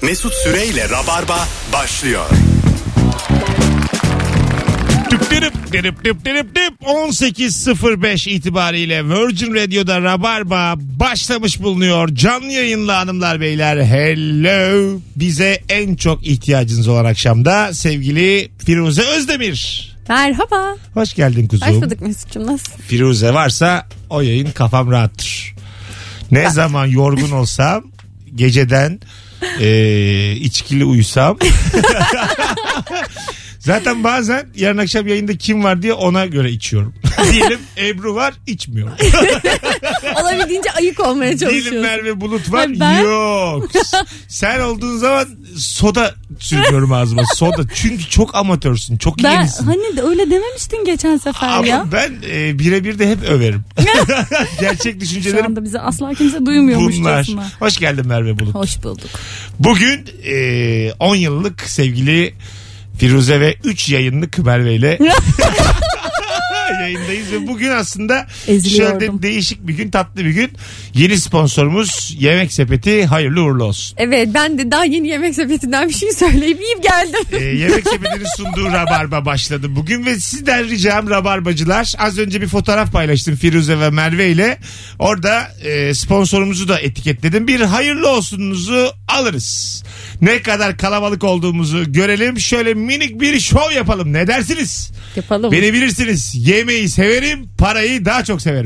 Mesut Süreyle Rabarba başlıyor. 18.05 itibariyle Virgin Radio'da Rabarba başlamış bulunuyor. Canlı yayınla hanımlar beyler. Hello. Bize en çok ihtiyacınız olan akşamda sevgili Firuze Özdemir. Merhaba. Hoş geldin kuzum. Hoş bulduk Mesut'cum, nasılsın? Firuze varsa o yayın kafam rahattır. Ne zaman yorgun olsam geceden içkili uyusam zaten bazen yarın akşam yayında kim var diye ona göre içiyorum. Diyelim Ebru var, içmiyorum. Olabildiğince ayık olmaya çalışıyorsun. Diyelim Merve Bulut var, Ben... yok. Sen olduğun zaman soda sürüyorum ağzıma, soda. Çünkü çok amatörsün, çok yenisin. Hani de öyle dememiştin geçen sefer ama ya. ben birebir de hep överim. Gerçek düşüncelerim. Şu anda bizi asla kimse duymuyormuş. Bunlar. Hoş geldin Merve Bulut. Hoş bulduk. Bugün 10 yıllık sevgili Firuze ve 3 yayınlık Merve ile yayındayız ve bugün aslında şöyle değişik bir gün, tatlı bir gün. Yeni sponsorumuz Yemek Sepeti, hayırlı uğurlu olsun. Evet, ben de daha yeni Yemek Sepeti'nden bir şey söyleyip geldim. Yemek Sepeti'nin sunduğu Rabarba başladı bugün ve sizden ricam Rabarbacılar, az önce bir fotoğraf paylaştım Firuze ve Merve ile. Orada sponsorumuzu da etiketledim. Bir hayırlı olsununuzu alırız. Ne kadar kalabalık olduğumuzu görelim. Şöyle minik bir şov yapalım. Ne dersiniz? Yapalım. Beni bilirsiniz. Yemeği severim, parayı daha çok severim.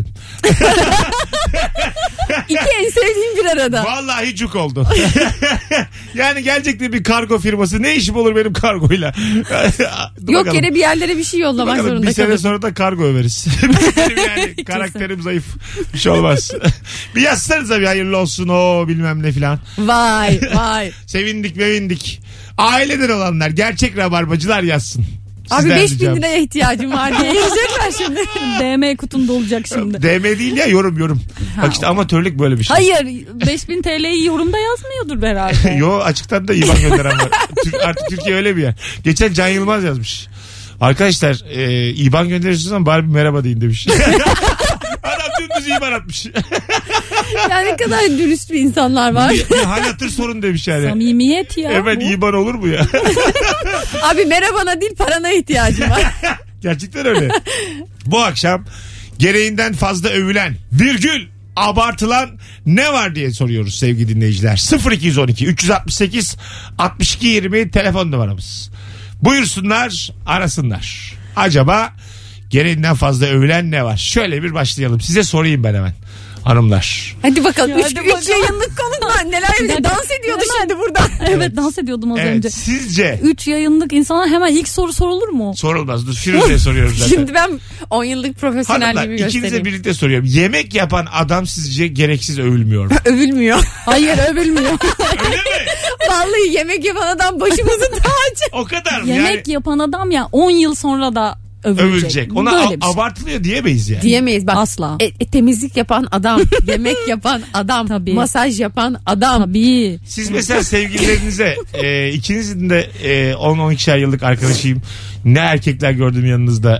İki en sevdiğim bir arada. Vallahi cuk oldu. Yani gelecekti bir kargo firması. Ne işim olur benim kargoyla? Yok yere bir yerlere bir şey yollamak zorunda kalırım. Bir sene sonra da kargo överiz. Benim yani karakterim zayıf. Bir şey olmaz. Bir yazsanıza bir hayırlı olsun o bilmem ne filan. Vay vay. Sevindik. Aileden olanlar, gerçek rabarbacılar yazsın. Abi 5.000 liraya ihtiyacım var diye yazacaklar şimdi. DM kutumda olacak şimdi. DM değil ya, yorum. Bak işte amatörlük böyle bir şey. Hayır 5.000 TL'yi yorumda yazmıyordur herhalde. Yo, açıktan da IBAN gönderen var. Artık Türkiye öyle bir yer. Geçen Can Yılmaz yazmış. Arkadaşlar IBAN gönderiyorsunuz ama bari bir merhaba deyin demiş. Adam dümdüz IBAN atmış. Yani ne kadar dürüst bir insanlar var. Bir hal hatır sorun demiş yani. Samimiyet ya. Hemen IBAN olur mu ya? Abi merhabana değil, parana ihtiyacım var. Gerçekten öyle. Bu akşam gereğinden fazla övülen virgül abartılan ne var diye soruyoruz sevgili dinleyiciler. 0212 368 62 20 telefon numaramız. Buyursunlar, arasınlar. Acaba gereğinden fazla övülen ne var? Şöyle bir başlayalım. Size sorayım ben hemen. Hanımlar. Hadi bakalım. 3 yayınlık konuda neler dans ediyordu şimdi burada. Evet, dans ediyordum az önce. Sizce? 3 yayınlık insana hemen ilk soru sorulur mu? Sorulmaz. Dur, Firuze'ye soruyoruz zaten. Şimdi ben 10 yıllık profesyonelliğimi göstereyim. İkinize birlikte soruyorum. Yemek yapan adam sizce gereksiz övülmüyor mu? Övülmüyor. Hayır, övülmüyor. Öyle mi? Vallahi yemek yapan adam başımızın tacı. O kadar mı? Yemek yapan adam ya 10 yıl sonra da övülecek. Ona böyle bir şey. abartılıyor diyemeyiz yani. Diyemeyiz bak. Asla. Temizlik yapan adam, yemek yapan adam, Tabii. masaj yapan adam. Tabii. Siz mesela sevgililerinize ikinizin de 10-12'şer yıllık arkadaşıyım. Ne erkekler gördüm yanınızda.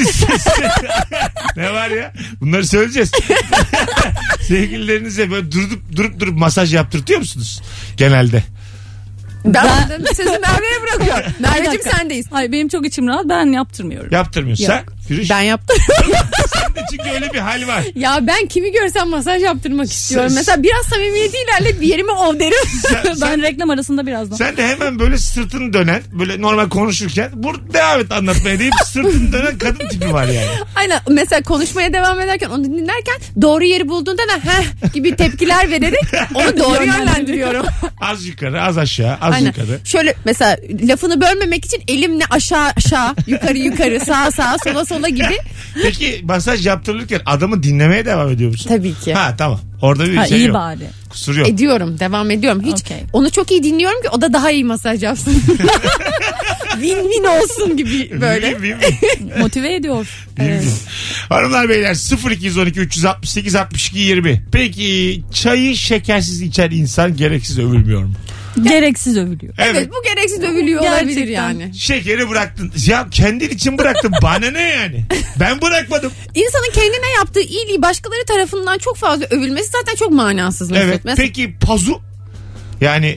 Ne var ya? Bunları söyleyeceğiz. Sevgililerinize böyle durup masaj yaptırtıyor musunuz? Genelde. Ben sözü Merve'ye bırakıyorum. Merve'cim sendeyiz. Hayır, benim çok içim rahat, ben yaptırmıyorum. Yaptırmıyorsun. Sen? Firuş. Ben yaptım. Sende çünkü öyle bir hal var. Ya ben kimi görsem masaj yaptırmak istiyorum. Mesela biraz samimiyeti ilerle bir yerime ov derim. Ben reklam arasında birazdan. Sen de hemen böyle sırtını dönen, böyle normal konuşurken devam et anlatmaya deyip sırtını dönen kadın tipi var yani. Aynen, mesela konuşmaya devam ederken, onu dinlerken doğru yeri bulduğunda da heh gibi tepkiler vererek onu doğru yönlendiriyorum. Az yukarı, az aşağı, az Aynen. yukarı. Şöyle mesela lafını bölmemek için elimle aşağı yukarı sağa sola gibi. Peki masaj yaptırılırken adamı dinlemeye devam ediyor musun? Tabii ki. Ha, tamam. Orada bir şey iyi yok. bari. Kusur yok. Devam ediyorum. Hiç Okay. onu çok iyi dinliyorum ki o da daha iyi masaj yapsın. Win-win olsun gibi böyle. Win-win. Motive ediyor. Evet. Hanımlar beyler 0212 368 62 20. Peki çayı şekersiz içen insan gereksiz övülmüyor mu? Gereksiz övülüyor. Evet, bu gereksiz övülüyor olabilir Gerçekten. yani. Şekeri bıraktın. Ya kendin için bıraktın. Bana ne yani? Ben bırakmadım. İnsanın kendine yaptığı iyiliği başkaları tarafından çok fazla övülmesi zaten çok manasız. Evet. Mesela, Peki pazu? Yani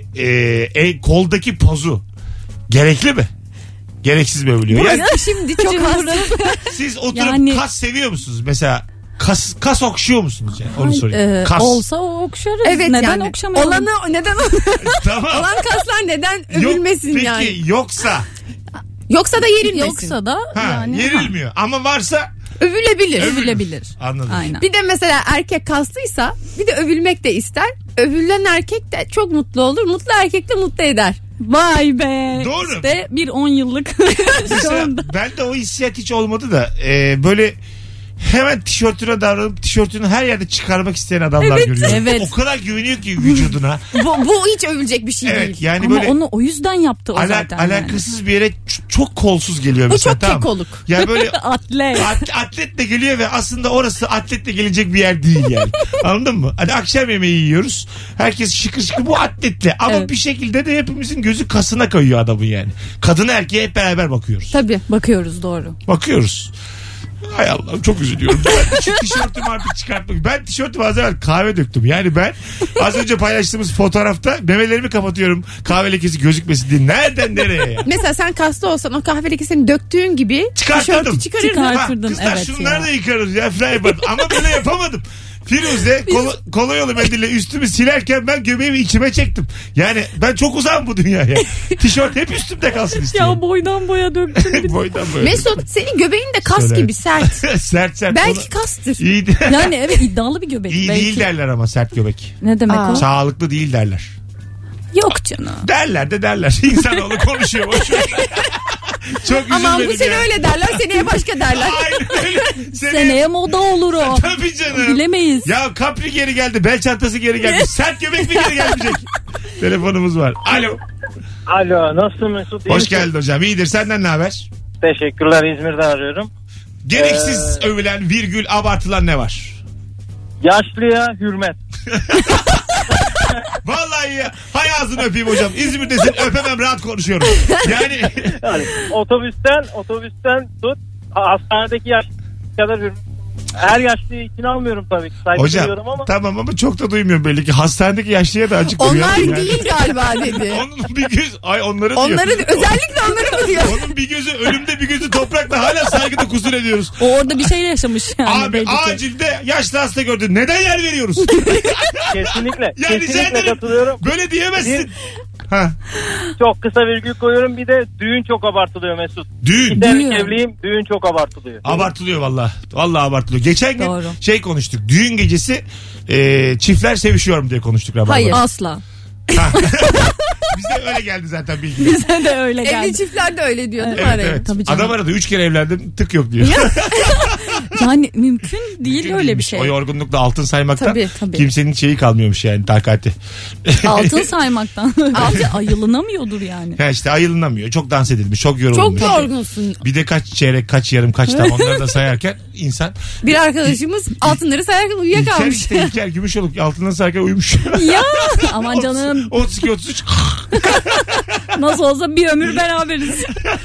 koldaki pozu gerekli mi? Gereksiz mi övülüyor? Yani Şimdi çok hasta. siz oturup Yani- kas seviyor musunuz? Mesela kas okşuyor musunuz yani? Onu sorayım. Kas. Olsa okşarız. Evet Neden yani okşamayalım? olanı neden Tamam. olan kaslar neden Yok, övülmesin peki, yani? yoksa Yoksa da yerilmesin. Yoksa da ha, yani yerilmiyor. Ama varsa Övülebilir. övülebilir. anladım. Aynen. Bir de mesela erkek kaslıysa bir de övülmek de ister. Övülen erkek de çok mutlu olur. Mutlu erkek de mutlu eder. Vay be. Doğru. İşte bir 10 yıllık şu Mesela anda. ben de o hissiyat hiç olmadı da böyle hemen tişörtüne davranıp tişörtünü her yerde çıkarmak isteyen adamlar görüyorum. evet. O kadar güveniyor ki vücuduna. Bu hiç övülecek bir şey Evet değil. yani Ama böyle onu o yüzden yaptı o zaten. alakasız bir yere çok kolsuz geliyor O mesela. çok tamam. kekoluk. Yani böyle Yani. Atlet. atletle geliyor ve aslında orası atletle gelecek bir yer değil yani. Anladın mı? Hadi akşam yemeği yiyoruz. Herkes şıkır şıkır bu atletle. Ama Evet. bir şekilde de hepimizin gözü kasına kayıyor adamın yani. Kadına erkeğe hep beraber bakıyoruz. Tabii. Bakıyoruz doğru. Bakıyoruz. Hay Allah'ım çok üzülüyorum. Ben şu tişörtümü artık çıkartmak. Ben tişörtümü az evvel kahve döktüm. Yani ben az önce paylaştığımız fotoğrafta memelerimi kapatıyorum. Kahve lekesi gözükmesin diye. Nereden nereye ya? Mesela sen kaslı olsan o kahve lekesini döktüğün gibi Çıkartırdım. tişörtü çıkarırdın. Çıkartırdın, Kızlar evet şunu ya. nerede yıkarız ya falan yapardım. Ama böyle yapamadım. Firuze kola yolu mendille üstümü silerken ben göbeğimi içime çektim. Yani ben çok uzağım bu dünyaya. Tişört hep üstümde kalsın istiyorum. Ya boydan boya döktün bir de. Boydan boya. Mesut senin göbeğin de kas Söyle. gibi sert. Sert. Belki kastır. İyi, Yani evet iddialı bir göbek. iyi Belki. değil derler ama sert göbek. Ne demek Aa. o? Sağlıklı değil derler. Yok canım. Derler de derler. İnsanoğlu konuşuyor. Boş ver. Çok Aman bu üzülmedim sene ya. öyle derler, seneye başka derler. Aynen öyle. Seneye moda olur o. Tabii canım. Bilemeyiz. Ya Capri geri geldi. Bel çantası geri geldi. Sert göbek mi geri gelmeyecek? Telefonumuz var. Alo. Alo, nasılsın Mesut? İyi Hoş misin? geldin hocam. İyidir. Senden ne haber? Teşekkürler, İzmir'den arıyorum. Gereksiz övülen, virgül abartılan ne var? Yaşlıya hürmet. Vallahi ya. Hay ağzını öpeyim hocam. İzmir'desin öpemem rahat konuşuyorum. Yani Yani otobüsten tut hastanedeki yaşlı kadar hürmet. Her yaşlıyı içine almıyorum tabii ki. Saygı hocam duyuyorum ama. tamam ama çok da duymuyorum belli ki. Hastanedeki yaşlıya da acık Onlar duyuyorum yani. değil galiba dedi. Onun bir göz onları diyor. Onları özellikle onları mı diyor? Onun bir gözü ölümde bir gözü toprakla hala saygıda kusur ediyoruz. O orada bir şey yaşamış yani. Abi belli ki. acilde yaşlı hasta gördün. Neden yer veriyoruz? Kesinlikle. Yani rica Kesinlikle ederim. katılıyorum. Böyle diyemezsin. Ha. Çok kısa virgül koyuyorum. Bir de düğün çok abartılıyor Mesut. Düğün. Bir Düğün. evliyim. Düğün çok abartılıyor. Abartılıyor valla. Valla abartılıyor. Geçen gün Doğru. konuştuk. Düğün gecesi çiftler sevişiyor mu diye konuştuk. Rabarba'da. Hayır. Asla. Bize öyle geldi zaten bilgi. Bize de öyle Evli geldi. çiftler de öyle diyor değil mi Evet, araya? evet. Tabii canım. Adam aradı 3 kere evlendim tık yok diyor. Yani mümkün değil Mümkün öyle bir değilmiş. şey. O yorgunlukla altın saymaktan Tabii. kimsenin şeyi kalmıyormuş yani takati. Altın saymaktan. Bence ayılınamıyordur yani. Ya işte ayılınamıyor. Çok dans edilmiş. Çok Çok yorulmuş. yorgunsun. Bir de kaç çeyrek, kaç yarım, kaç tam onları da sayarken insan Bir arkadaşımız altınları sayarken İlker uyuyakalmış. işte İlker Gümüşoluk altından sayarken uyumuş. Ya aman canım 32 33 nasıl olsa bir ömür beraberiz.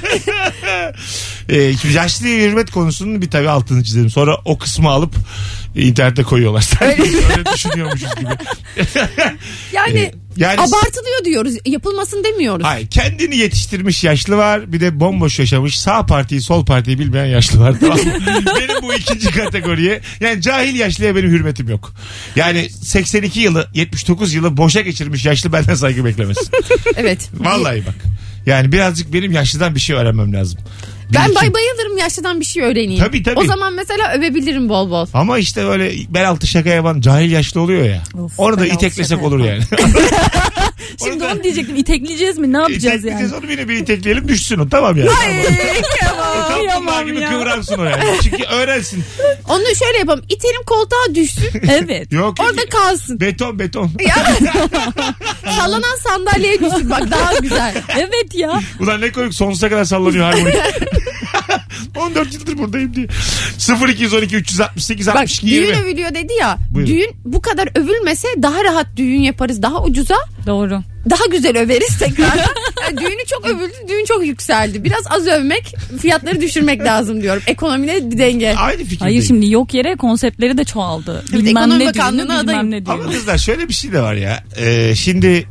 yaşlıya hürmet konusunun bir tabii altını çizelim. Sonra o kısmı alıp internete koyuyorlar. Sanki öyle düşünüyormuşuz gibi. Yani Yani abartılıyor diyoruz. Yapılmasın demiyoruz. hayır, kendini yetiştirmiş yaşlı var. Bir de bomboş yaşamış sağ partiyi sol partiyi bilmeyen yaşlı var. Tamam mı? Benim bu ikinci kategoriye yani cahil yaşlıya benim hürmetim yok. Yani 82 yılı 79 yılı boşa geçirmiş yaşlı benden saygı beklemesin. Evet. Vallahi bak. Yani birazcık benim yaşlıdan bir şey öğrenmem lazım. Ben Birikim. bayılırım yaşlıdan bir şey öğreneyim. Tabii. O zaman mesela övebilirim bol bol. Ama işte böyle bel altı şaka yapan cahil yaşlı oluyor ya. Of, Onu da bel altı iteklesek şaka olur yapan. yani. Şimdi onu diyecektim. İtekleyeceğiz mi? Ne yapacağız yani? İtekleyeceğiz onu bir itekleyelim düşsün o tamam yani. Kaplumbağa kıyamam gibi ya. kıvransın o yani. Çünkü öğrensin. Onu şöyle yapalım. İtelim koltuğa düşsün. Evet. Yok. Orada kalsın. Beton. Sallanan sandalyeye düşsün. Bak daha güzel. Evet ya. Ulan ne koyuk sonsuza kadar sallanıyor harmonik. 14 yıldır buradayım diye. 0212 368 Bak 62 düğün 20. övülüyor dedi ya. Buyurun. Düğün bu kadar övülmese daha rahat düğün yaparız. Daha ucuza Doğru. daha güzel överiz tekrar. Yani düğünü çok övüldü. Düğün çok yükseldi. Biraz az övmek, fiyatları düşürmek lazım diyorum. Ekonomide denge. Aynı fikirdeyim. Hayır şimdi yok yere konseptleri de çoğaldı. Evet, Bilmem Ekonomi ne Bakanlığı'na düğünü, adayım. bilmem ne Ama düğünü. kızlar şöyle bir şey de var ya. Şimdi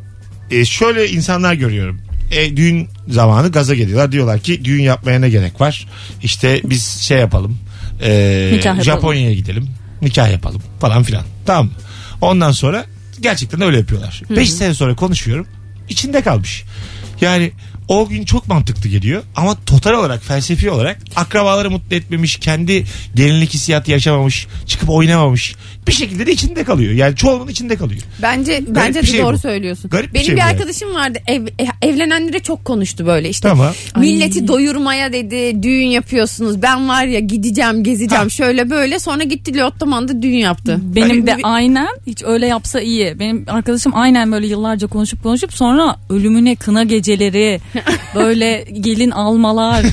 şöyle insanlar görüyorum. Düğün zamanı gaza geliyorlar. Diyorlar ki düğün yapmaya ne gerek var? İşte biz şey yapalım. Japonya'ya gidelim. Nikah yapalım falan filan. Tamam mı? Ondan sonra gerçekten öyle yapıyorlar. 5 sene sonra konuşuyorum. İçinde kalmış. Yani o gün çok mantıklı geliyor ama total olarak, felsefi olarak akrabaları mutlu etmemiş, kendi gelinlik hissiyatı yaşamamış, çıkıp oynamamış. Bir şekilde de içinde kalıyor. Yani çoğunun içinde kalıyor. Bence de şey doğru bu. söylüyorsun. Garip Benim şey bir bu arkadaşım vardı. Evlenenlere çok konuştu böyle. İşte Tamam. milleti doyurmaya dedi. Düğün yapıyorsunuz. Ben var ya gideceğim, gezeceğim. Şöyle böyle. Sonra gitti Lottoman'da düğün yaptı. Benim de aynen, hiç öyle yapsa iyi. Benim arkadaşım aynen böyle yıllarca konuşup sonra ölümüne kına geceleri, böyle gelin almalar,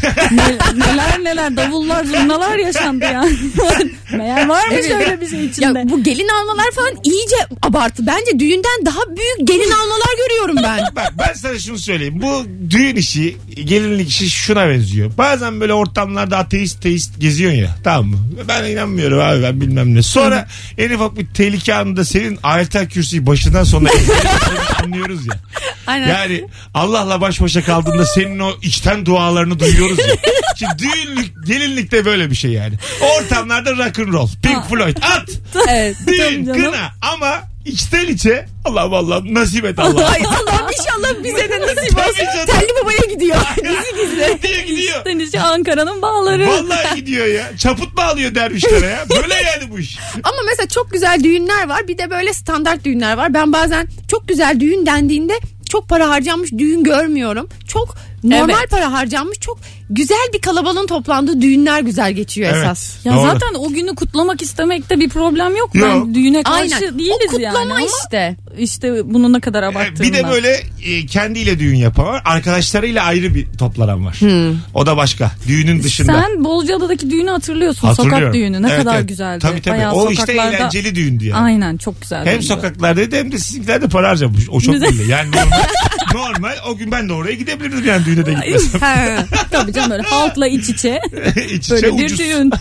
neler davullar zurnalar yaşandı ya. Meğer varmış öyle bir şey içinde. Ya bu gelin almalar falan iyice abartı. Bence düğünden daha büyük gelin almalar görüyorum ben. Bak ben sana şunu söyleyeyim. Bu düğün işi, gelinlik işi şuna benziyor. Bazen böyle ortamlarda ateist geziyorsun ya. Tamam mı? Ben inanmıyorum abi, ben bilmem ne. Sonra en ufak bir tehlike anında senin ayetel kürsüyü başından sonuna anlıyoruz ya. Aynen. Yani Allah'la baş başa kaldığında senin o içten dualarını duyuyoruz ya. Şimdi gelinlik de böyle bir şey yani. O ortamlarda rock and roll, Pink Floyd, at. Evet. Düğün, kına ama içten içe Allah'ım nasip et Allah'ım. Ay Allah'ım inşallah bize de nasip Tabii olsun. canım. Telli babaya gidiyor. Gizli. Gidiyor. İşte Ankara'nın bağları. Vallahi gidiyor ya. Çaput bağlıyor dervişlere ya. Böyle yani bu iş. Ama mesela çok güzel düğünler var. Bir de böyle standart düğünler var. Ben bazen çok güzel düğün dendiğinde çok para harcanmış düğün görmüyorum. Çok normal para harcanmış, çok güzel bir kalabalığın toplandığı düğünler güzel geçiyor esas. Ya doğru. zaten o günü kutlamak istemekte bir problem yok. Yok. Ben düğüne karşı Aynen. değiliz o kutlama yani. Ama işte. işte bunu ne kadar abarttığında. Bir de böyle kendiyle düğün yapan var. Arkadaşlarıyla ayrı bir toplanan var. O da başka. Düğünün dışında. Sen Bozcaada'daki düğünü hatırlıyorsun. Hatırlıyorum. Sokak düğünü. Ne Evet, kadar evet. güzeldi. Tabii. Bayağı O işte sokaklarda... eğlenceli düğündü yani. Aynen, çok güzel. Hem düğündü. sokaklardaydı hem de sizinkiler de para harcamış. O çok belli. Yani normal o gün ben de oraya gidebilirdim yani düğüne de gitmesem. Tabii canım, böyle halkla iç içe. İç içe Böyle bir ucuz. düğün.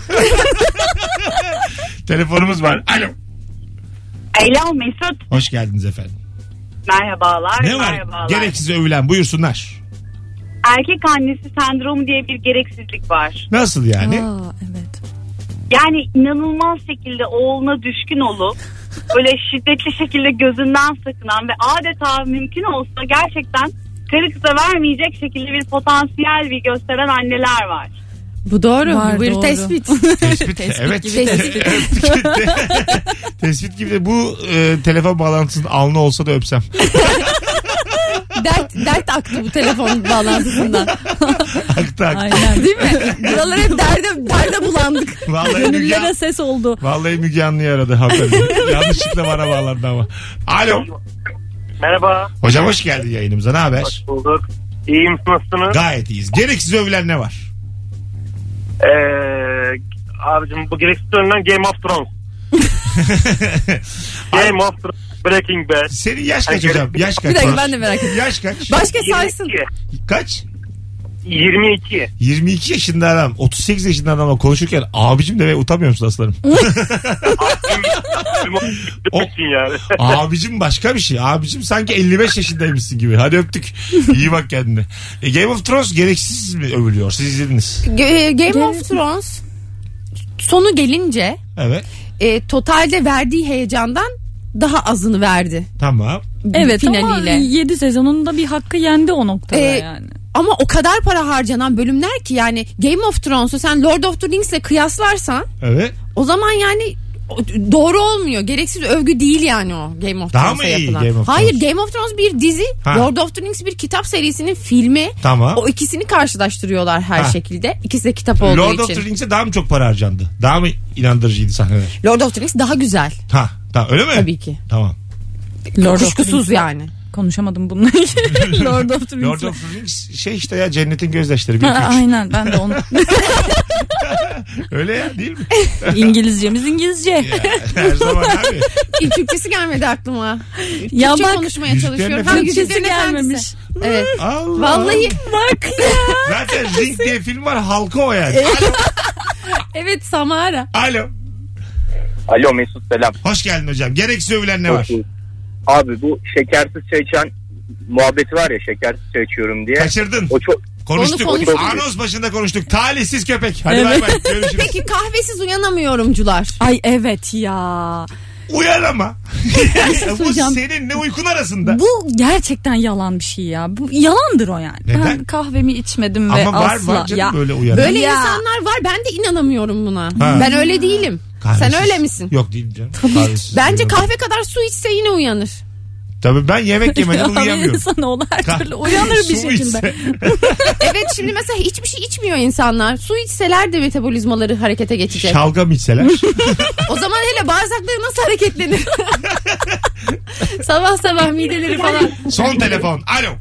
Telefonumuz var. Alo. Alo Mesut. Hoş geldiniz efendim. Merhabalar. Ne var? Merhabalar. Gereksiz övülen, buyursunlar. Erkek annesi sendromu diye bir gereksizlik var. Nasıl yani? Evet. Yani inanılmaz şekilde oğluna düşkün olup böyle şiddetli şekilde gözünden sakınan ve adeta mümkün olsa gerçekten karı kıza vermeyecek şekilde bir potansiyel bir gösteren anneler var. Bu doğru. Var, bu bir doğru. tespit. Tespit. Evet. gibi tespit. Tespit gibi de bu telefon bağlantısının alnı olsa da öpsem. dert aktı bu telefon bağlantısından. Aktı. Aynen. Değil mi? Buralar hep derde bulandık. Gönüllere ses oldu. Vallahi Müge Anlı'yı aradı hanımefendi. Yanlışlıkla bana bağlandı ama. Alo. Merhaba. Hocam hoş geldin yayınımıza. Ne haber? Hoş bulduk. İyiyim, nasılsınız? Gayet iyiyiz. Gereksiz övülen ne var? Abicim bu gereksiz övülen Game of Thrones. Game of Thrones, Breaking Bad. Senin yaş kaç hocam? Yaş kaç? Bir dakika, ben de merak ettim. Yaş kaç? Başka saysın. 22. Kaç? 22. 22 yaşında adam 38 yaşında adamla konuşurken abicim demeye utanmıyor musun aslanım? O yani. Abicim başka bir şey. Abicim sanki 55 yaşındaymışsın gibi. Hadi öptük. İyi bak kendine. Game of Thrones gereksiz mi övülüyor? Siz izlediniz. Game of Thrones sonu gelince Evet. totalde verdiği heyecandan daha azını verdi. Tamam. Evet Finaliyle. ama 7 sezonun da bir hakkı yendi o noktada yani. Ama o kadar para harcanan bölümler ki yani Game of Thrones'u sen Lord of the Rings'le kıyaslarsan Evet. o zaman yani doğru olmuyor. Gereksiz övgü değil yani o Game of Daha Thrones'a mı iyi yapılan. Game of Hayır, Thrones? Game of Thrones bir dizi. Ha. Lord of the Rings bir kitap serisinin filmi. Tamam. O ikisini karşılaştırıyorlar her Ha. şekilde. İkisi de kitap olduğu Lord için. of the Rings'e daha mı çok para harcandı? Daha mı inandırıcıydı sahneler? Lord of the Rings daha güzel. Ha, tamam öyle mi? Tabii ki. Tamam. Kuşkusuz yani. Konuşamadım bununla ilgili. Lord of the Rings. Lord of the Rings şey işte ya cennetin gözyaşları. Bir, Ha, üç. aynen, ben de onu. Öyle ya değil mi? İngilizcemiz İngilizce. Ya, her zaman abi. Türkçesi gelmedi aklıma. Ya Türkçe bak, konuşmaya Yüzüklerin çalışıyorum. Efendisi. Yüzüklerin gelmemiş. Efendisi. Evet. Allah. Vallahi Bak ya. Zaten Ring diye film var, halka o yani. evet, Samara. Alo. Alo Mesut, selam. Hoş geldin hocam. Gereksiz övülen ne var? Abi bu şekersiz çay içen muhabbeti var ya, şeker çay içiyorum diye. Kaçırdın. O çok Konuştuk. Onu konuştuk. Anons başında konuştuk. Talihsiz köpek. Hadi bay bay. Görüşürüz. Peki kahvesiz uyanamıyorumcular. Ay evet ya. Uyan ama. Bu söyleyeceğim. senin ne uykun arasında. Bu gerçekten yalan bir şey ya. Bu yalandır o yani. Neden? Ben kahvemi içmedim ve Ama var asla. canım ya, böyle uyanan. Böyle Ya. insanlar var. Ben de inanamıyorum buna. Ha. Ben öyle değilim. Kahvesiz. Sen öyle misin? Yok değilim canım. Kahvesiz Bence uyuyamam. kahve kadar su içse yine uyanır. Tabii ben yemek yemeden Ya, uyuyamıyorum. insanoğlu her Kah- türlü uyanır bir Su şekilde. içse. Evet, şimdi mesela hiçbir şey içmiyor insanlar. Su içseler de metabolizmaları harekete geçecek. Şalgam içseler. O zaman hele bağırsakları nasıl hareketlenir? Sabah sabah mideleri falan. Son telefon. Alo.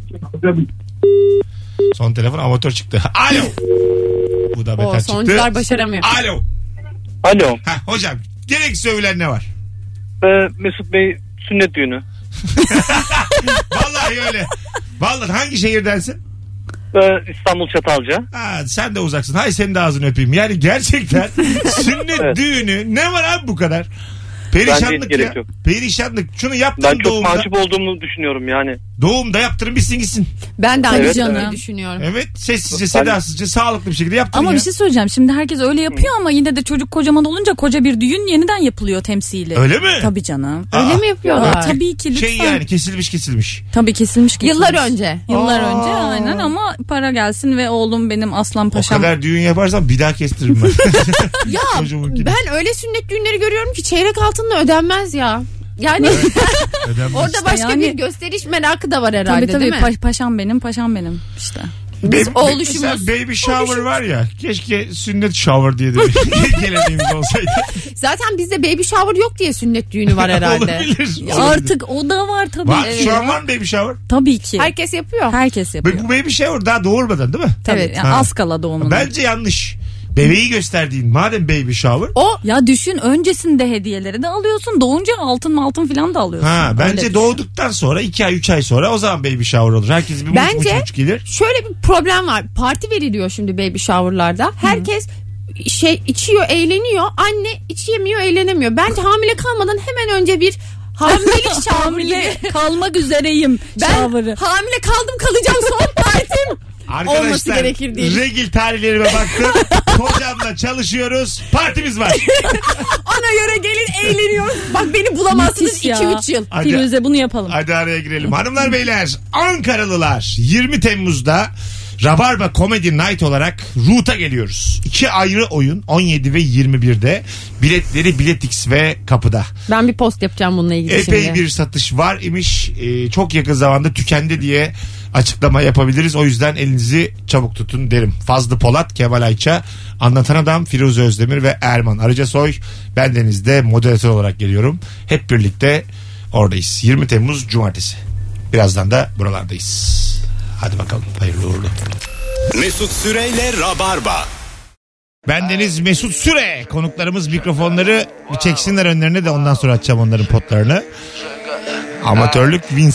Son telefon amatör çıktı. Alo. Bu da beter O çıktı. sonuçlar başaramıyor. Alo. Alo. Hocam gereksiz övülen ne var? Mesut Bey sünnet düğünü. Vallahi öyle. Vallahi hangi şehirdensin? İstanbul Çatalca. Ha, sen de uzaksın. Hay senin de ağzını öpeyim. Yani gerçekten sünnet Evet. düğünü ne var abi bu kadar? Bence Perişanlık hiç gerek ya. yok. Perişanlık. Şunu yaptın Ben çok doğumda. mahcup olduğumu düşünüyorum yani. Doğumda yaptırın bitsin gitsin. Ben de aynı Evet, canım evet. düşünüyorum. Evet, sessizce, sedasızca, sağlıklı bir şekilde yaptırın Ama ya. bir şey söyleyeceğim. Şimdi herkes öyle yapıyor ama yine de çocuk kocaman olunca koca bir düğün yeniden yapılıyor temsili. Öyle mi? Tabii canım. Öyle Aa, mi yapıyorlar? Aa, tabii ki lütfen. Şey yani kesilmiş. Tabii kesilmiş. Yıllar önce. Yıllar Aa. önce aynen ama para gelsin ve oğlum benim aslan O paşam. kadar düğün yaparsam bir daha kestiririm ben. Ya Çocuğumunkini. ben öyle sünnet düğünleri görüyorum ki çeyrek altınla ödenmez ya. Yani Ödenmez. orada başka Yani- bir gösteriş merakı da var herhalde, Tabii değil mi? paşam benim işte. Biz Mesela oğluşumuz. baby shower var ya. Keşke sünnet shower diye de bir geleneğimiz olsaydı. Zaten bizde baby shower yok diye sünnet düğünü var herhalde. Olabilir. Artık o da var tabii. Var, Evet. şu an var mı baby shower? Tabii ki. Herkes yapıyor. Herkes yapıyor. Bu baby shower daha doğurmadan değil mi? Tabii, Evet. yani Ha. az kala doğumuna. Bence yanlış. Bebeği gösterdiğin madem baby shower. O Ya düşün öncesinde hediyeleri de alıyorsun. Doğunca altın falan da alıyorsun. Ha, Öyle bence düşün. doğduktan sonra 2 ay 3 ay sonra o zaman baby shower olur. Herkes bir Bence- muç gelir. şöyle bir problem var. Parti veriliyor şimdi baby shower'larda. Herkes içiyor, eğleniyor. Anne içemiyor, eğlenemiyor. Bence hamile kalmadan hemen önce bir hamilelik shower Hamile gibi. kalmak üzereyim Ben shower'ı. hamile kaldım, kalacağım, son partim. Olması Arkadaşlar gerekir değil. regil tarihlerime baktım. Kocamla çalışıyoruz. Partimiz var. Ona göre gelin, eğleniyoruz. Bak beni bulamazsınız Müthiş ya. 2-3 yıl. Hadi. Firuze bunu yapalım. Hadi araya girelim. Hanımlar beyler, Ankaralılar 20 Temmuz'da Rabarba Comedy Night olarak Root'a geliyoruz. 2 ayrı oyun 17 ve 21'de. Biletleri Biletix ve kapıda. Ben bir post yapacağım bununla ilgili Epey şimdi. bir satış var imiş. Çok yakın zamanda tükendi diye açıklama yapabiliriz. O yüzden elinizi çabuk tutun derim. Fazlı Polat, Kemal Ayça, Anlatan Adam, Firuze Özdemir ve Erman Arıcasoy. Ben Deniz'de moderatör olarak geliyorum. Hep birlikte oradayız. 20 Temmuz Cumartesi. Birazdan da buralardayız. Hadi bakalım. Hayırlı uğurlu. Mesut Süreyle Rabarba. Bendeniz Mesut Süre. Konuklarımız mikrofonları bir çeksinler önlerine de ondan sonra açacağım onların potlarını. Amatörlük Vince.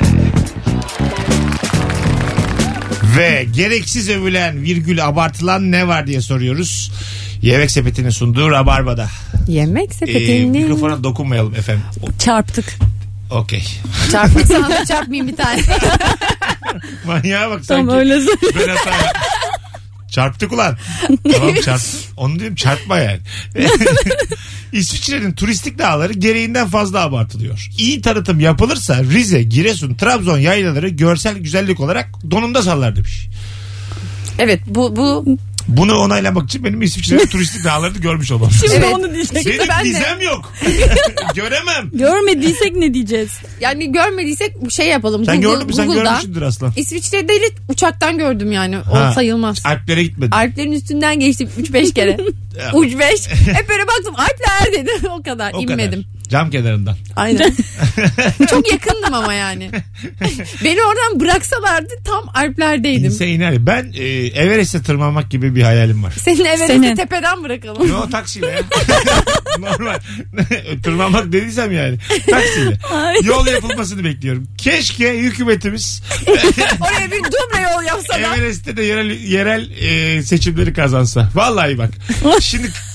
Ve gereksiz övülen virgül abartılan ne var diye soruyoruz. Yemek Sepeti'nin sunduğu Rabarba'da. Yemek sepetinin. Mikrofona dokunmayalım efendim. Çarptık. Okey. Çarpmışsan da çarpmayayım bir tane. Manyağa bak Tam sanki. öyle söyleyeyim. Ben hata yaptım. Çarptık ulan. Tamam çarptık. Onu diyorum çarpma yani. İsviçre'nin turistik dağları gereğinden fazla abartılıyor. İyi tanıtım yapılırsa Rize, Giresun, Trabzon yaylaları görsel güzellik olarak donumda sallar demiş. Evet, bu Bunu onaylamak için benim İsviçre'nin turistik dağlarını görmüş olmam. Şimdi Evet. onu diyecek. Benim ben de. dizem yok. Göremem. Görmediysek ne diyeceğiz? yani görmediysek şey yapalım. Sen gördün mü? Sen Google'dan. görmüşsündür aslan. İsviçre'de de uçaktan gördüm yani. Ha. O sayılmaz. Alplere gitmedin. Alplerin üstünden geçtim 3-5 kere. Uç 5. Hep böyle baktım Alpler dedi. O kadar. O İnmedim. kadar. Cam kenarından. Aynen. Çok yakındım ama yani. Beni oradan bıraksalardı tam Alplerdeydim. İnse iner. Ben Everest'e tırmanmak gibi bir hayalim var. Senin Everest'i Senin. tepeden bırakalım. Yo taksiyle ya. Normal. Tırmanmak dediysem yani. Taksiyle. Yol yapılmasını bekliyorum. Keşke hükümetimiz Oraya bir duble yol yapsa da. Everest'te de yerel seçimleri kazansa. Vallahi bak. Şimdi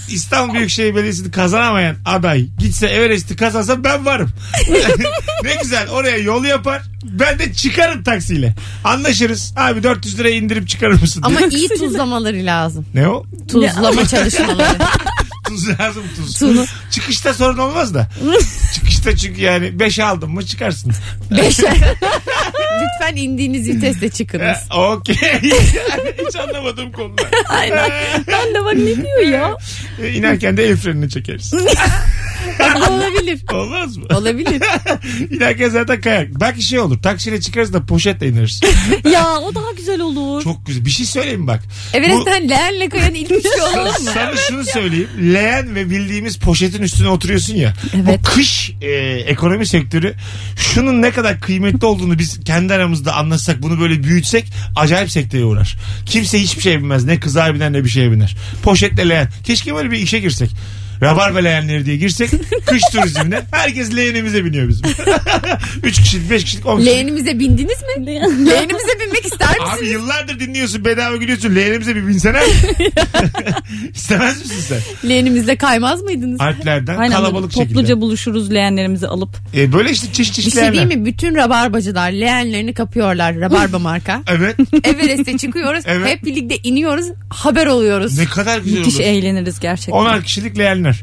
İstanbul Büyükşehir Belediyesi'ni kazanamayan aday gitse Everest'i kazansa ben varım. Ne güzel, oraya yol yapar. Ben de çıkarım taksiyle. Anlaşırız. Abi 400 liraya indirip çıkarır mısın? Ama diye. iyi tuzlamaları lazım. Ne o? Tuzlama çalışmaları. Tuz lazım, tuz. Tuz. Çıkışta sorun olmaz da. Çıkışta çünkü yani 5 aldın mı çıkarsın. 5'e. Lütfen indiğiniz viteste çıkınız. Okey. Hiç anlamadığım konuda. Aynen. Ben de bak ne diyor ya. İnerken de el frenini çekeriz. Olabilir. Olmaz mı? Olabilir. İnerken zaten kayak. Belki şey olur. Taksiyle çıkarız da poşetle ineriz. Ya o daha güzel olur. Çok güzel. Bir şey söyleyeyim mi bak. Everest'ten leğenle kayan ilk üçlü olalım mı? Sana şunu söyleyeyim. Leğen ve bildiğimiz poşetin üstüne oturuyorsun ya. Evet. O kış ekonomi sektörü şunun ne kadar kıymetli olduğunu biz kendi aramızda anlatsak, bunu böyle büyütsek acayip sekteye uğrar. Kimse hiçbir şey bilmez. Ne kızar biner ne bir şeye biner. Poşetle leğen. Keşke böyle bir işe girsek. Rabarba leğenleri diye girsek kış turizmine herkes leğenimize biniyor bizim. 3 kişilik 5 kişilik 10 kişilik. Leğenimize bindiniz mi? Leğenimize binmek ister misiniz? Abi yıllardır dinliyorsun, bedava gülüyorsun, leğenimize bir binsene. İstemez misin sen? Leğenimizde kaymaz mıydınız? Alplerden Aynen, kalabalık topluca şekilde. buluşuruz leğenlerimizi alıp. Böyle işte çeşit Bir çeşit şey leğenler. değil mi? Bütün rabarbacılar leğenlerini kapıyorlar. Rabarba marka. Evet. Everest'e çıkıyoruz. Evet. Hep birlikte iniyoruz. Haber oluyoruz. Ne kadar güzel Müthiş olur. eğleniriz gerçekten. 10'ar kişilik leğenler.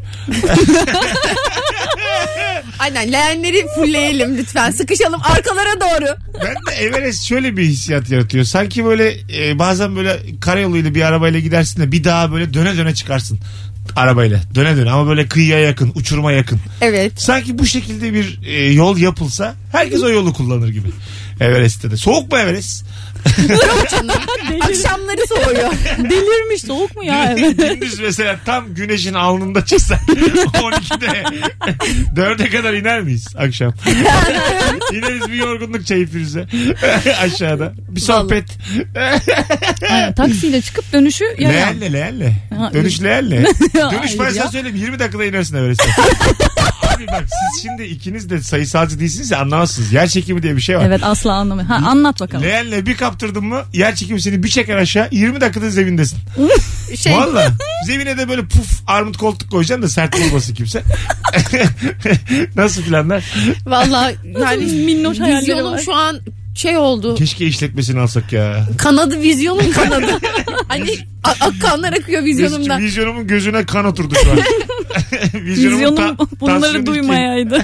Aynen, leğenleri fullleyelim lütfen. Sıkışalım arkalara doğru. Ben de Everest şöyle bir hissiyat yaratıyor. Sanki böyle bazen böyle karayoluyla bir arabayla gidersin de bir daha böyle döne döne çıkarsın. Arabayla döne döne ama böyle kıyıya yakın, uçuruma yakın. Evet. Sanki bu şekilde bir yol yapılsa herkes o yolu kullanır gibi. Everest'te de. Soğuk mu Everest? Yok canım. Akşamları soğuyor. Delirmiş, soğuk mu ya? Evet. Gündüz mesela tam güneşin alnında çıksak 12'de 4'e kadar iner miyiz akşam? İneriz, bir yorgunluk çayı Firuze. Aşağıda. Bir sohbet. Aynen, taksiyle çıkıp dönüşü yayan. Leğenle. Ha, Dönüş leğenle. Dönüş ben Hayır sana ya. söyleyeyim 20 dakikada inersin Everest'e. Abi bak, siz şimdi ikiniz de sayısalcı değilsiniz ya, anlamazsınız. Yer çekimi diye bir şey var. Evet, asla anlamıyorum. Ha, anlat bakalım. Leğenle bir kaptırdın mı yer çekimi seni bir çeker aşağı, 20 dakikada zemindesin. Şey, Valla. Zemine de böyle puf armut koltuk koyacaksın da sert olmasın kimse. Nasıl planlar? vallahi yani Minnoş hayalleri vizyonum var. şu an şey oldu. Keşke işletmesini alsak ya. Kanadı, vizyonum kanadı. Hani kanlar akıyor vizyonumdan. Vizyonumun gözüne kan oturdu şu an. Vizyonum bunları tansiyonu duymayaydı.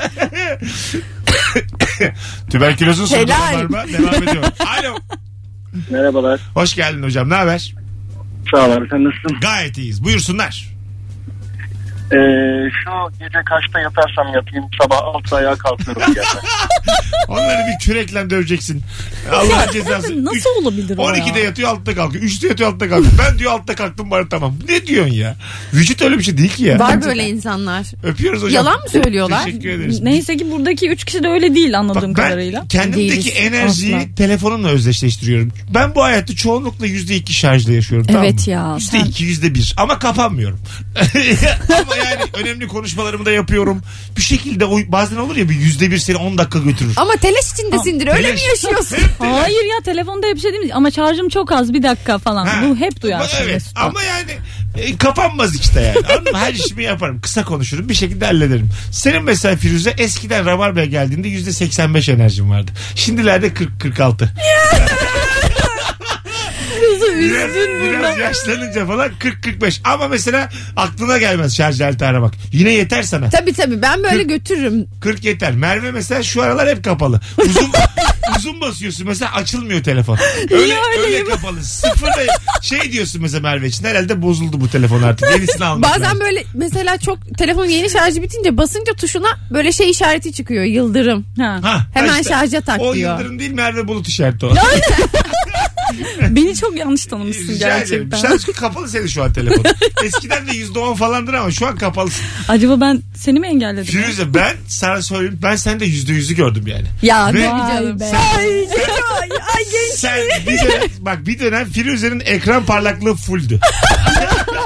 Tüberkülozun sorunu Helal. var mı? Devam ediyor. Alo. Merhabalar. Hoş geldin hocam. Ne haber? Sağ ol abi, sen nasılsın? Gayet iyiyiz. Buyursunlar. Şu gece kaçta yatarsam yatayım sabah 6'da ayağa kalkıyorum gerçekten. Onları bir kürekle döveceksin. Allah'ın cezası. Nasıl olabilir o 12'de ya? yatıyor, 6'da kalkıyor. 3'te yatıyor, 6'da kalkıyor. Ben diyor 6'da kalktım bari tamam. Ne diyorsun ya? Vücut öyle bir şey değil ki ya. Var böyle insanlar. Öpüyoruz hocam. Yalan mı söylüyorlar? Teşekkür ederiz. Neyse ki buradaki 3 kişi de öyle değil anladığım Bak, kadarıyla. ben kendimdeki Değiliz. enerjiyi Asla. telefonumla özdeşleştiriyorum. Ben bu hayatta çoğunlukla %2 şarjla yaşıyorum. Evet tamam mı? ya, sen- %2, %1 ama kapanmıyorum. Ama yani önemli konuşmalarımı da yapıyorum. Bir şekilde bazen olur ya bir %1 seni 10 dakika götürür. Ama telaş içindesindir. Öyle mi Telaş. yaşıyorsun? Hayır ya, telefonda hep bir şey değil mi? Ama şarjım çok az, bir dakika falan. Ha. Bu hep duyarsın Evet Mesut'ta. ama yani kapanmaz işte yani. Anladın mı? Her işimi yaparım. Kısa konuşurum. Bir şekilde hallederim. Senin mesela Firuze eskiden Rabarba'ya geldiğinde %85 enerjim vardı. Şimdilerde 40-46. Biraz yaşlanınca falan 40-45. Ama mesela aklına gelmez şarj aleti aramak. Yine yeter sana. Tabii ben böyle götürürüm. 40 yeter. Merve mesela şu aralar hep kapalı. Uzun basıyorsun mesela açılmıyor telefon. Öyle kapalı. Sıfırda şey diyorsun mesela Merve için. Herhalde bozuldu bu telefon artık. Yenisini almak Bazen lazım. böyle mesela çok telefonun yeni şarjı bitince basınca tuşuna böyle şey işareti çıkıyor. Yıldırım. Ha. Hemen şarja tak o diyor. Yıldırım değil Merve Bulut işareti o. Beni çok yanlış tanımışsın Rica ederim. gerçekten. Şarj kapalı senin şu an telefon. Eskiden de %10 falandır ama şu an kapalısın. Acaba ben seni mi engelledim? Firuze ben sana söyleyeyim, ben sende %100'ü gördüm yani. Ya Ve- tabii canım. Vay be. Ay genç. Sen bir dönem Firuze'nin ekran parlaklığı fulldü.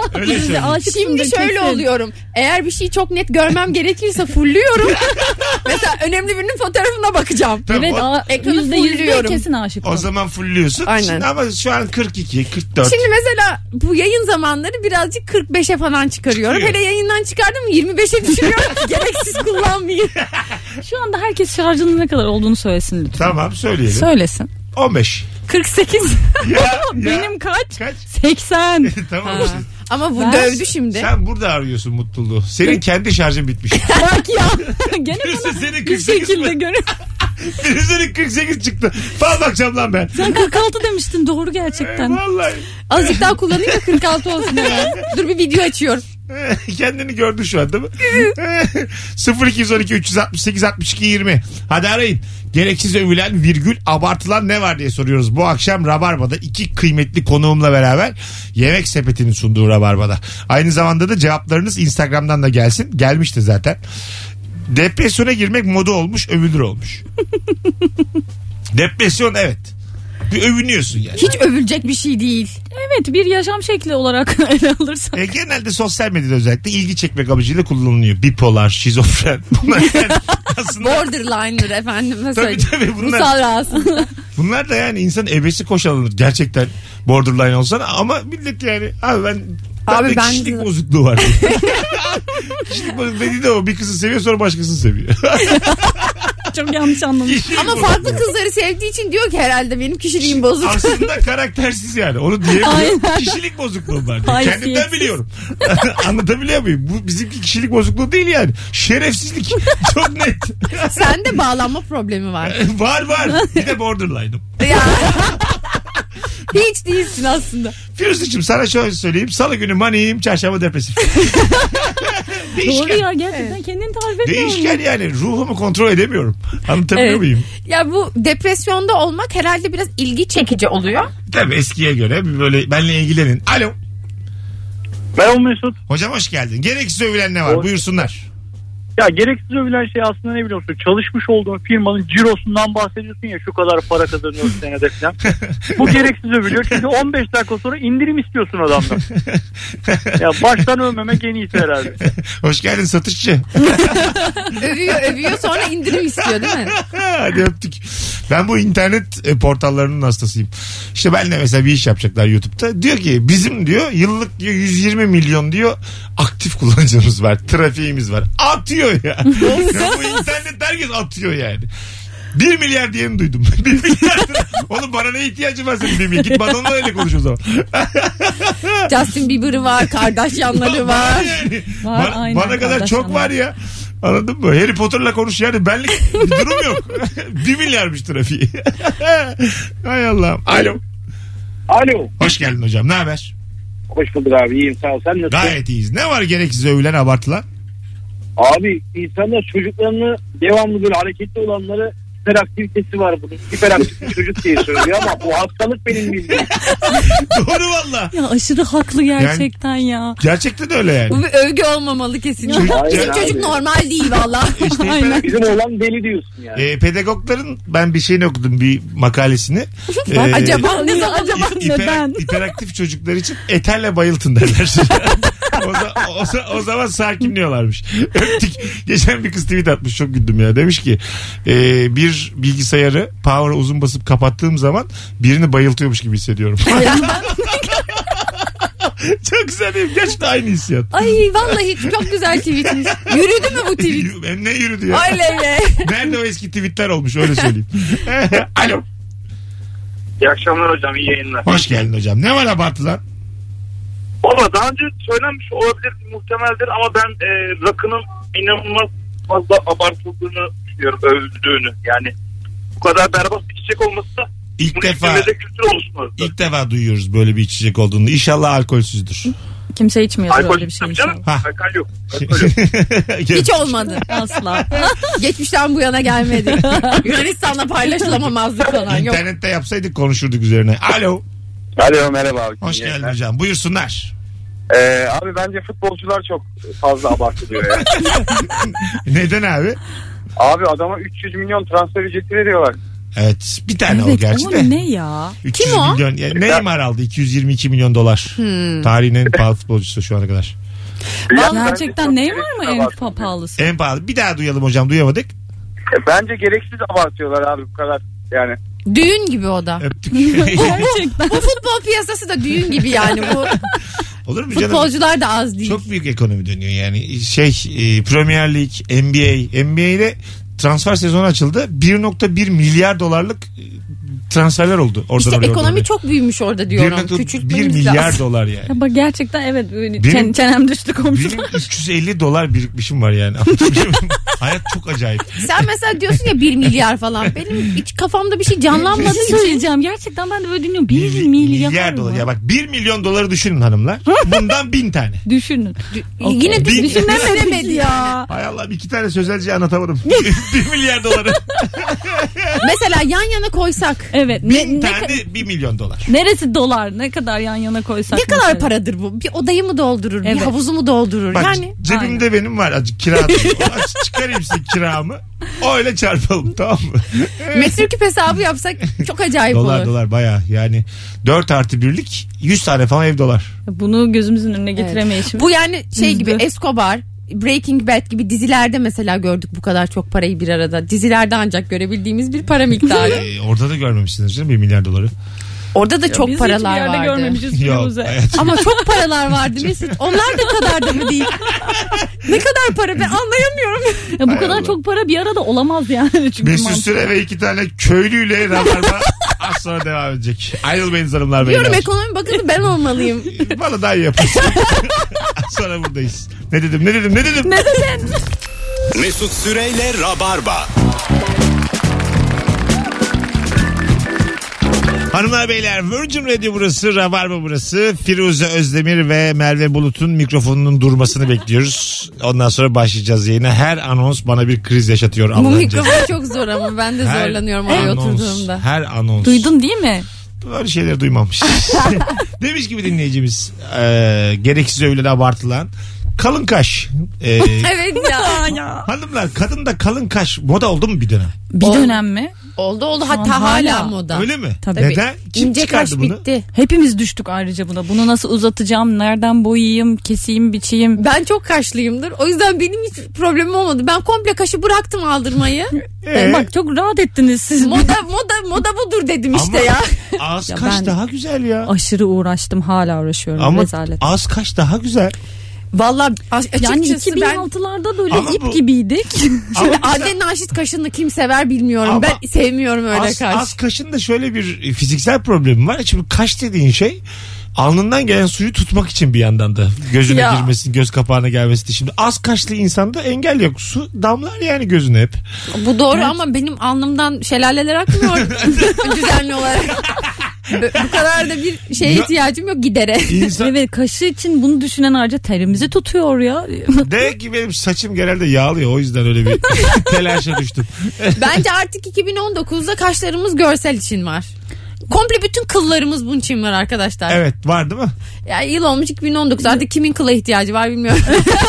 Öyle söyleyeyim. Şimdi şöyle oluyorum. Eğer bir şeyi çok net görmem gerekirse fullüyorum. Mesela önemli birinin fotoğrafına bakacağım. Tamam, Evet, ekranı %100 fullüyorum. kesin aşık. O zaman fullüyorsun. Aynen. Şimdi ama şu an 42, 44. Şimdi mesela bu yayın zamanları birazcık 45'e falan çıkarıyorum. Çıkıyor. Hele yayından çıkardım mı 25'e düşürüyorum ki gereksiz kullanmayayım. Şu anda herkes şarjının ne kadar olduğunu söylesin lütfen. Tamam söyleyelim. Söylesin. 15. 48. Ya, Benim kaç? Kaç? 80. Tamam. Ha. Ama bu Ben- dövdü şimdi. Sen burada arıyorsun mutluluğu. Senin kendi şarjın bitmiş. Bak ya. Gene Birisi bana senin bir 48 şekilde mi? görüyor. Birisi 48 çıktı. Fal bakacağım lan ben. Sen 46 demiştin, doğru gerçekten. Vallahi. Azıcık daha kullanayım da 46 olsun hemen. Dur bir video açıyorum. Kendini gördün şu an değil mi? 0212 368 62 20. Hadi arayın. Gereksiz övülen virgül abartılan ne var diye soruyoruz. Bu akşam Rabarba'da iki kıymetli konuğumla beraber Yemek Sepeti'nin sunduğu Rabarba'da. Aynı zamanda da cevaplarınız Instagram'dan da gelsin. Gelmişti zaten. Depresyona girmek moda olmuş, övülür olmuş. Depresyon evet. Bir övünüyorsun yani. Hiç övülecek bir şey değil. Evet, bir yaşam şekli olarak ele alırsan. Genelde sosyal medyada özellikle ilgi çekmek amacıyla kullanılıyor. Bipolar, şizofren. Bunlar yani aslında Borderline'dır efendime söyleyeyim. tabii bunlar, Ruhsal rahatsızlık. bunlar da yani insan ebesi koşalınır. Gerçekten borderline olsan ama millet yani abi ben Abi ben kişilik de- bozukluğu var. Kişilik bozukluğu dediği de o bir kızı seviyor sonra başkasını seviyor. Çok yanlış anlamış. Kişilik Ama bozukluğu. farklı kızları sevdiği için diyor ki herhalde benim kişiliğim bozuk. Aslında karaktersiz yani. Onu diyemiyor. Aynen. Kişilik bozukluğu var diyor. Haysiyetsiz. Kendimden biliyorum. Anlatabiliyor muyum? Bu bizimki kişilik bozukluğu değil yani. Şerefsizlik. Çok net. Sende bağlanma problemi var. var. Bir de borderline'ım. Ya. Hiç değilsin aslında. Firuze'cim sana şöyle söyleyeyim. Salı günü maniyim, çarşamba depresif. Doğru ya, gerçekten kendini tarif etmiyor Değişken yani. Ruhumu kontrol edemiyorum. Anlatabiliyor Evet. muyum? Ya bu depresyonda olmak herhalde biraz ilgi çekici oluyor. Tabii eskiye göre bir böyle benle ilgilenin. Alo. Merhaba Mesut. Hocam hoş geldin. Gereksiz övülen ne var? Hoş- Buyursunlar. Ya gereksiz övülen şey aslında ne biliyor musun? Çalışmış olduğun firmanın cirosundan bahsediyorsun ya, şu kadar para kazanıyorsun senede falan. Bu gereksiz övülüyor çünkü 15 dakika sonra indirim istiyorsun adamdan. Ya baştan övmemek en iyisi herhalde. Hoş geldin satışçı. Övüyor sonra indirim istiyor değil mi? Hadi öptük. Ben bu internet portallarının hastasıyım. İşte benle mesela bir iş yapacaklar YouTube'da. Diyor ki bizim diyor yıllık diyor 120 milyon diyor aktif kullanıcımız var. Trafiğimiz var. Atıyor ya. Ya bu internet herkes atıyor yani. 1 milyar diyeni duydum. 1 milyar. Oğlum bana ne ihtiyacın var senin 1 milyar? Git Madonna öyle konuş o zaman. Justin Bieber'ı var, Kardashian'ları var. Yani. Var, aynen, Bana kadar Kardashian çok var ya. Anladın mı? Harry Potter'la konuş yani benlik bir durum yok. 1 milyarmış trafiği. Hay Allah'ım. Alo. Alo. Hoş geldin hocam. Ne haber? Hoş bulduk abi, iyiyim sağ ol. Sen nasılsın? Gayet iyiyiz. Ne var gereksiz övülen abartılan? Abi insanlar çocuklarını devamlı böyle hareketli olanları hiperaktivitesi var bunun. Hiperaktif bir çocuk diye söylüyor ama bu hastalık benim bildiğim. Doğru valla. Ya aşırı haklı gerçekten ya. Gerçekten öyle yani. Bu bir övgü olmamalı kesinlikle. Çocuk- Bizim Aynen çocuk abi. normal değil valla. İşte Aynen. Bizim oğlan deli diyorsun yani. pedagogların ben bir şeyini okudum bir makalesini. Acaba ne zaman? Acaba neden? Hiperaktif çocuklar için eterle bayıltın derler. O zaman sakinliyorlarmış. Öptük. Geçen bir kız tweet atmış, çok güldüm ya. Demiş ki bir bilgisayarı power'a uzun basıp kapattığım zaman birini bayıltıyormuş gibi hissediyorum. Çok güzel değil mi? Gerçekten aynı hissiyat. Ay vallahi çok güzel tweetmiş. Yürüdü mü bu tweet? Hem ne yürüdü ya? Oley be. Nerede o eski tweetler olmuş öyle söyleyeyim. Alo. İyi akşamlar hocam, iyi yayınlar. Hoş geldin hocam. Ne var abartılan? Valla daha önce söylenmiş olabilir, muhtemeldir ama ben rakının inanılmaz fazla abartıldığını düşünüyorum, övüldüğünü. Yani bu kadar berbat bir çiçek olması da İlk bunun defa ülkemizde kültür oluşması. ilk defa duyuyoruz böyle bir içecek olduğunu. İnşallah alkolsüzdür. Kimse içmiyor Alkol böyle bir şey canım. inşallah. Ha. Alkol yok. Alkol yok. Hiç olmadı. Asla. Geçmişten bu yana gelmedi. Yunanistan'la paylaşılamamazlık falan yok. İnternette yapsaydık konuşurduk üzerine. Alo. Alo, merhaba abi. Hoş geldin hocam. Buyursunlar. Abi bence futbolcular çok fazla abartılıyor ya. Neden abi? Abi adama 300 milyon transfer ücreti veriyorlar. Evet. Bir tane o Evet, gerçi o de. ne ya? 300 Kim o? milyon. Yani Neymar aldı 222 milyon dolar. Tarihin en pahalı futbolcusu şu ana kadar. Gerçekten Neymar mı en pahalısı? En pahalı. Bir daha duyalım hocam, duyamadık. Bence gereksiz abartıyorlar abi bu kadar yani. Düğün gibi o da. Öptük. Bu futbol piyasası da düğün gibi yani. Bu Olur mu canım? futbolcular da az değil. Çok büyük ekonomi dönüyor yani. Premier Lig, NBA'de transfer sezonu açıldı. 1.1 milyar dolarlık transferler oldu. Oradan İşte oraya, ekonomi oradan çok büyümüş orada diyorum. 1.1 Küçültmemiz milyar lazım. dolar yani. Ya bak gerçekten evet Benim- çenem düştü komşum. Benim 350 dolar birikmişim var yani. Anlatabiliyor muyum? Hayat çok acayip. Sen mesela diyorsun ya 1 milyar falan. Benim hiç kafamda bir şey canlanmadı. Bir şey söyleyeceğim. Gerçekten ben de böyle dinliyorum. 1 milyar dolar. mı? Ya bak 1 milyon doları düşünün hanımlar. Bundan 1000 tane. Düşünün. Yine Bin- düşünemedi ya. Hay Allah, 2 tane sözelciyi anlatamadım. 1 milyar doları. Mesela yan yana koysak. Evet. 1000 tane 1 milyon dolar. Neresi dolar? Ne kadar yan yana koysak? Ne kadar mesela? paradır bu? Bir odayı mı doldurur? Bir Evet. havuzu mu doldurur? Bak Yani cebimde benim var azıcık kira. Çıkarayım size kiramı. Öyle çarpalım, tamam mı? metreküp hesabı yapsak çok acayip Dolar olur. dolar baya yani 4+1'lik 100 tane falan ev dolar. Bunu gözümüzün önüne getiremeyiz şimdi. Bu yani şey Üzdü. gibi Escobar, Breaking Bad gibi dizilerde mesela gördük bu kadar çok parayı bir arada. Dizilerde ancak görebildiğimiz bir para miktarı. Orada da görmemişsiniz canım 1 milyar doları. Orada da çok Biz paralar hiçbir yerde vardı. görmemişiz. Yok. Firuze. hayatım. Ama çok paralar vardı Mesut. Onlar da kadar da mı değil? Ne kadar para ben anlayamıyorum. Ya bu Hay kadar Allah. çok para bir arada olamaz yani. Çünkü Mesut mantıklı. Süre ve 2 tane köylüyle Rabarba az sonra devam edecek. Ayrılmayın hanımlar beyler. Diyorum ekonomi bakanı ben olmalıyım. Bana daha iyi yaparsın. Az sonra buradayız. Ne dedim? Mesut Süreyle Rabarba. Hanımlar beyler, Virgin Radio burası, Rabarba burası. Firuze Özdemir ve Merve Bulut'un mikrofonunun durmasını bekliyoruz. Ondan sonra başlayacağız yayına. Her anons bana bir kriz yaşatıyor Bu Allah'ın mikrofon çok zor ama ben de zorlanıyorum oraya oturduğumda. Her anons. Duydun değil mi? Böyle şeyleri duymamış. Demiş gibi dinleyicimiz, gereksiz övülen, abartılan kalın kaş. Evet ya. Hanımlar, kadında kalın kaş moda oldu mu bir dönem? Bir dönem mi? Oldu Şu an hatta hala hala. moda. Öyle mi? Tabii. Neden? Kim İnce kaş çıkardı bunu? bitti. Hepimiz düştük ayrıca buna. Bunu nasıl uzatacağım? Nereden boyayayım? Keseyim, biçeyim? Ben çok kaşlıyımdır. O yüzden benim hiç problemim olmadı. Ben komple kaşı bıraktım aldırmayı. Bak çok rahat ettiniz siz. moda budur dedim işte Ama ya. az Ya kaş ben- daha güzel ya. Aşırı uğraştım. Hala uğraşıyorum. Ama Rezalet. az kaş daha güzel. Vallahi Yani açıkçası ben 2006'larda böyle Ama ip bu- gibiydik. şimdi Adem Naşit kaşını kim sever bilmiyorum. Ama ben sevmiyorum öyle az, kaş. az kaşın da şöyle bir fiziksel problemi var. Şimdi kaş dediğin şey alnından gelen suyu tutmak için bir yandan da gözüne Ya. girmesin, göz kapağına gelmesin. Şimdi az kaşlı insanda engel yok. Su damlar yani gözüne hep. Bu doğru ama benim alnımdan şelaleler akmıyor düzenli olarak. Bu kadar da bir şeye Ya- ihtiyacım yok gidere. İnsan, Evet, kaşı için bunu düşünen harca terimizi tutuyor ya. demek ki benim saçım genelde yağlıyor. O yüzden öyle bir telaşa düştüm. Bence artık 2019'da kaşlarımız görsel için var. Komple bütün kıllarımız bunun için var arkadaşlar. Evet, var değil mi? Ya yıl olmuş 2019 artık kimin kıla ihtiyacı var bilmiyorum.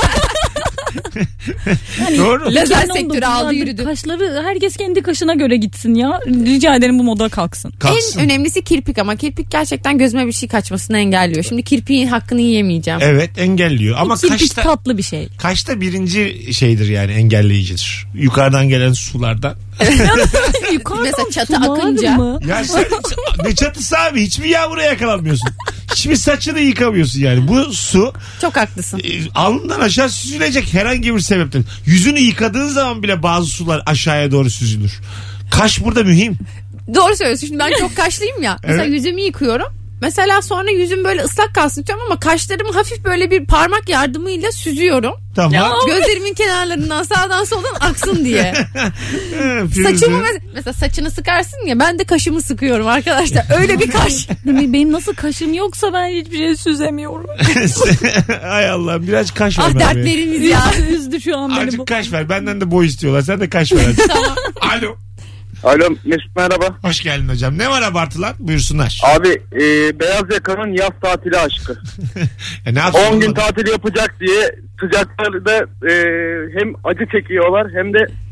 Doğru. Lazer 2019'larda sektörü aldı yürüdü. Kaşları herkes kendi kaşına göre gitsin ya. Rica ederim bu moda kalksın. Kalksın. En önemlisi kirpik ama kirpik gerçekten gözüme bir şey kaçmasını engelliyor. Şimdi kirpiğin hakkını yiyemeyeceğim. Evet, engelliyor. Ama Kirpik kaşta, tatlı bir şey. kaşta birinci şeydir yani, engelleyicidir. Yukarıdan gelen sulardan. Yukarıdan Mesela çatı su var akınca. mı? Ya sen ne çatısı abi, hiçbir yağmura yakalanmıyorsun. Hiçbir saçını yıkamıyorsun yani. Bu su Çok haklısın. alnından aşağı süzülecek herhangi bir sebepten. Yüzünü yıkadığın zaman bile bazı sular aşağıya doğru süzülür. Kaş burada mühim. Doğru söylüyorsun. Şimdi ben çok kaşlıyım ya. Mesela Evet. yüzümü yıkıyorum. Mesela sonra yüzüm böyle ıslak kalsın istiyorum ama kaşlarımı hafif böyle bir parmak yardımıyla süzüyorum. Tamam. Gözlerimin kenarlarından sağdan soldan aksın diye. Firuze. Saçımı mesela saçını sıkarsın ya ben de kaşımı sıkıyorum arkadaşlar. Öyle bir kaş. Benim nasıl kaşım yoksa ben hiçbir şey süzemiyorum. Hay Allah, biraz kaş ver Ah bana be. dertlerimiz ya. Üzdü şu an beni bu. Azıcık kaş ver. Benden de boy istiyorlar. Sen de kaş ver. hadi. Alo. Alo Mesut merhaba. Hoş geldin hocam. Ne var abartılan? Buyursunlar. Abi beyaz yakanın yaz tatili aşkı. Ne yapsın? 10 gün tatil yapacak diye sıcaklarda hem acı çekiyorlar hem de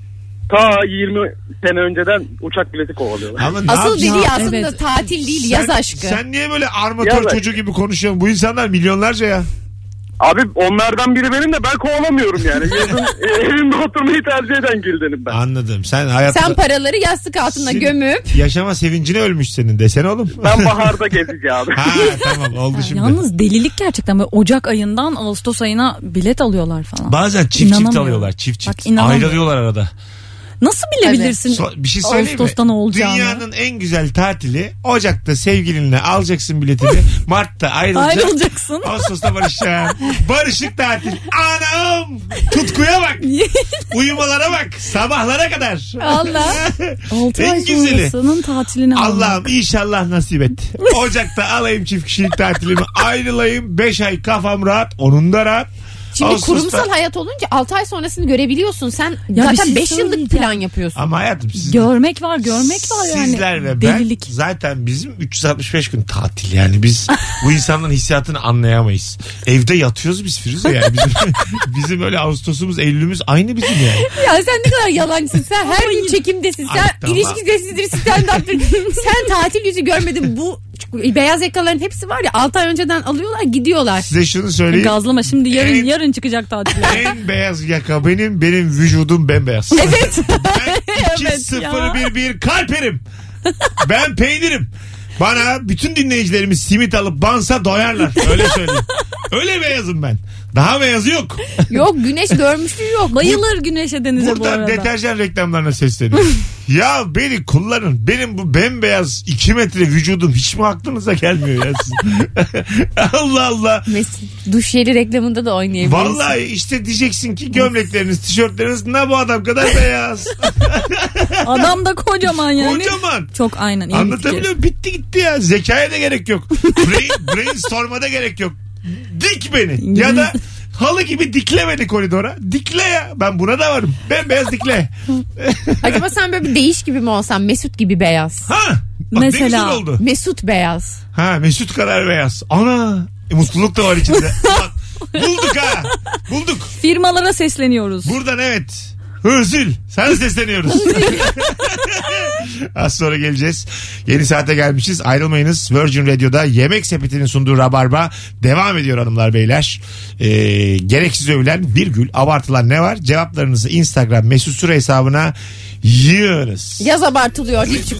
ta 20 sene önceden uçak bileti kovalıyorlar. Ama ne Asıl yapacağız? deli aslında evet. tatil değil, yaz aşkı. Sen niye böyle armatör Yaz çocuğu gibi konuşuyorsun? Bu insanlar milyonlarca ya. Abi onlardan biri benim de ben kovalamıyorum yani. Yazın evimde oturmayı tercih eden gildenim ben. Anladım. Sen hayatta... Sen paraları yastık altına Senin gömüp. Yaşama sevincine ölmüş senin desene oğlum. Ben baharda gezeceğim abi. Ha tamam oldu şimdi. Yalnız delilik gerçekten. Böyle Ocak ayından Ağustos ayına bilet alıyorlar falan. Bazen çift İnanamıyorum. alıyorlar. Çift. Bak, inanamıyorum. Ayrılıyorlar arada. Nasıl bilebilirsin Bir şey söyleyeyim Ağustos'ta mi? ne olacağını? Dünyanın en güzel tatili Ocak'ta sevgilinle alacaksın biletini. Mart'ta Ayrılacaksın. Ağustos'ta barışacaksın. Barışık tatil. Anam! Tutkuya bak. Uyumalara bak. Sabahlara kadar. Allah. 6 En ay güzeli. sonrasının tatilini almak. Allah'ım inşallah nasip et. Ocak'ta alayım çift kişilik tatilimi. Ayrılayım. 5 ay kafam rahat. Onun da rahat. Şimdi Ağustos'ta- kurumsal hayat olunca 6 ay sonrasını görebiliyorsun. Sen bir zaten şey 5 yıllık söyleyeceğim. plan yapıyorsun. Ama hayatım siz... Görmek var yani. Sizler ve ben Delilik. zaten bizim 365 gün tatil yani biz bu insanların hissiyatını anlayamayız. Evde yatıyoruz biz Firuze yani bizim öyle Ağustos'umuz Eylül'ümüz aynı bizim yani. Ya sen ne kadar yalancısın. Sen her gün çekimdesin. Sen Ay, tamam. ilişkidesidir, stand-up'tır. Sen tatil yüzü görmedin. Bu beyaz yakaların hepsi var ya 6 ay önceden alıyorlar gidiyorlar. Size şunu söyleyeyim. Gazlama şimdi En- yarın çıkacak tatile. En beyaz yaka benim vücudum bembeyaz. Evet. Ben Evet ya. 2-0-1-1 kalperim. Ben peynirim. Bana bütün dinleyicilerimiz simit alıp bansa doyarlar. Öyle söyleyeyim. Öyle beyazım ben. Daha beyazı yok. Yok güneş görmüşlüğü yok. Bayılır güneşe denize bu Buradan arada. deterjan reklamlarına sesleniyorum. Ya beni kullanın. Benim bu bembeyaz 2 metre vücudum hiç mi aklınıza gelmiyor ya sizin? Allah Allah. Duş jeli reklamında da oynayabilirsin. Vallahi işte diyeceksin ki gömlekleriniz, tişörtleriniz ne bu adam kadar beyaz. Adam da kocaman yani. Kocaman. Çok aynen iyi bir Anlatabiliyor fikir. muyum? Bitti gitti ya. Zekaya da gerek yok. Brainstorm'a da gerek yok. Dik beni. Ya da halı gibi dikle beni koridora. Dikle ya. Ben buna da varım. Bembeyaz dikle. Acaba sen böyle bir değiş gibi mi olsan? Mesut gibi beyaz. Ha. Bak Mesela. ne güzel oldu. Mesut beyaz. Ha Mesut kadar beyaz. Ana. Mutluluk da var içinde. Bak, bulduk ha. Bulduk. Firmalara sesleniyoruz. Buradan evet. Hırzül. Sana sesleniyoruz. Az sonra geleceğiz. Yeni saate gelmişiz. Ayrılmayınız. Virgin Radio'da Yemek Sepeti'nin sunduğu Rabarba devam ediyor hanımlar beyler. Gereksiz övülen virgül abartılan ne var? Cevaplarınızı Instagram Mesut Süre hesabına yığınız. Yaz abartılıyor.